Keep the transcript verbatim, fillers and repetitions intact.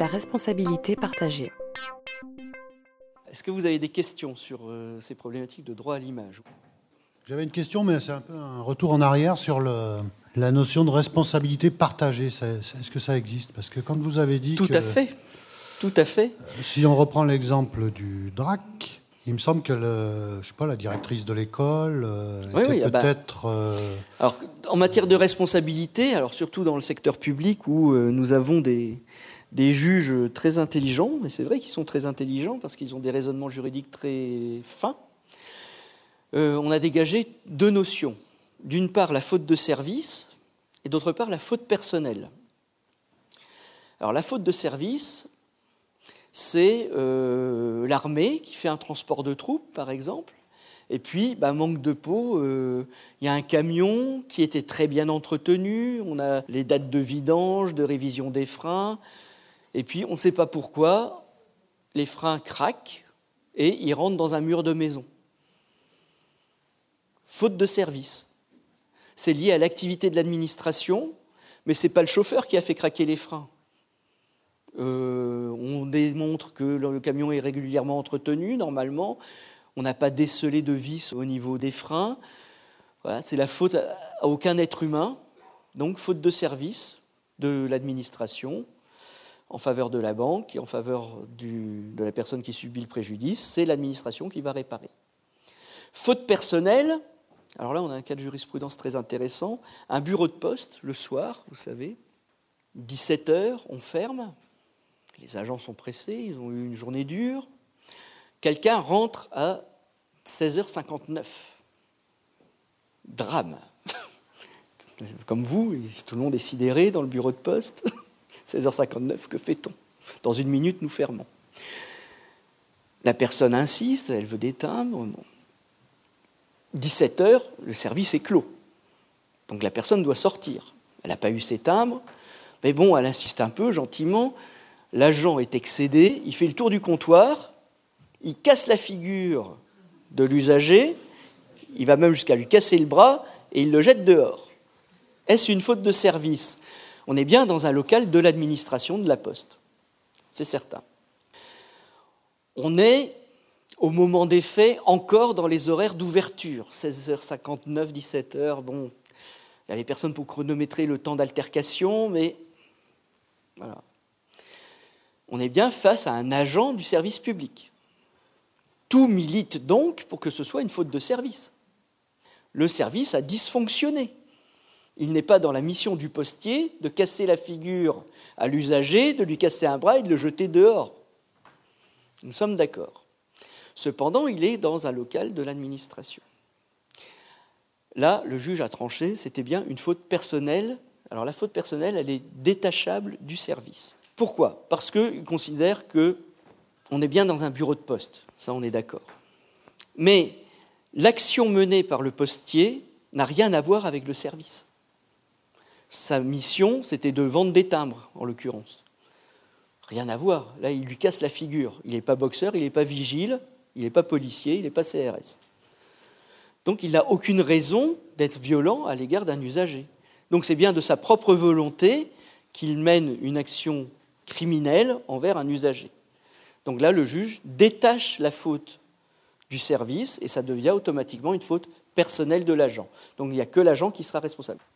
la responsabilité partagée. Est-ce que vous avez des questions sur euh, ces problématiques de droit à l'image ? J'avais une question, mais c'est un peu un retour en arrière sur le, la notion de responsabilité partagée. C'est, c'est, est-ce que ça existe ? Parce que quand vous avez dit Tout que... à fait, tout à fait. Si on reprend l'exemple du D R A C, il me semble que le, je sais pas, la directrice de l'école euh, oui, était oui, peut-être... bah, euh... Alors, en matière de responsabilité, alors surtout dans le secteur public où euh, nous avons des, des juges très intelligents, et c'est vrai qu'ils sont très intelligents parce qu'ils ont des raisonnements juridiques très fins, euh, on a dégagé deux notions. D'une part, la faute de service, et d'autre part, la faute personnelle. Alors, la faute de service, c'est euh, l'armée qui fait un transport de troupes, par exemple, et puis, bah, manque de peau, il euh, y a un camion qui était très bien entretenu, on a les dates de vidange, de révision des freins, et puis on ne sait pas pourquoi, les freins craquent et ils rentrent dans un mur de maison. Faute de service. C'est lié à l'activité de l'administration, mais ce n'est pas le chauffeur qui a fait craquer les freins. Euh, on démontre que le camion est régulièrement entretenu, normalement. On n'a pas décelé de vis au niveau des freins. Voilà, c'est la faute à aucun être humain. Donc, faute de service de l'administration en faveur de la banque et en faveur du, de la personne qui subit le préjudice. C'est l'administration qui va réparer. Faute personnelle, alors là, on a un cas de jurisprudence très intéressant. Un bureau de poste, le soir, vous savez, dix-sept heures, on ferme. Les agents sont pressés, ils ont eu une journée dure. Quelqu'un rentre à seize heures cinquante-neuf. Drame. Comme vous, tout le monde est sidéré dans le bureau de poste. seize heures cinquante-neuf, que fait-on ? Dans une minute, nous fermons. La personne insiste, elle veut des timbres. dix-sept heures, le service est clos. Donc la personne doit sortir. Elle n'a pas eu ses timbres. Mais bon, elle insiste un peu, gentiment. L'agent est excédé, il fait le tour du comptoir, il casse la figure de l'usager, il va même jusqu'à lui casser le bras et il le jette dehors. Est-ce une faute de service ? On est bien dans un local de l'administration de la Poste, c'est certain. On est, au moment des faits, encore dans les horaires d'ouverture, seize heures cinquante-neuf, dix-sept heures, bon, il y avait personne pour chronométrer le temps d'altercation, mais voilà. On est bien face à un agent du service public. Tout milite donc pour que ce soit une faute de service. Le service a dysfonctionné. Il n'est pas dans la mission du postier de casser la figure à l'usager, de lui casser un bras et de le jeter dehors. Nous sommes d'accord. Cependant, il est dans un local de l'administration. Là, le juge a tranché, c'était bien une faute personnelle. Alors la faute personnelle, elle est détachable du service. Pourquoi ? Parce qu'il considère qu'on est bien dans un bureau de poste, ça on est d'accord. Mais l'action menée par le postier n'a rien à voir avec le service. Sa mission, c'était de vendre des timbres, en l'occurrence. Rien à voir, là il lui casse la figure. Il n'est pas boxeur, il n'est pas vigile, il n'est pas policier, il n'est pas C R S. Donc il n'a aucune raison d'être violent à l'égard d'un usager. Donc c'est bien de sa propre volonté qu'il mène une action criminelle envers un usager. Donc là, le juge détache la faute du service et ça devient automatiquement une faute personnelle de l'agent. Donc il n'y a que l'agent qui sera responsable.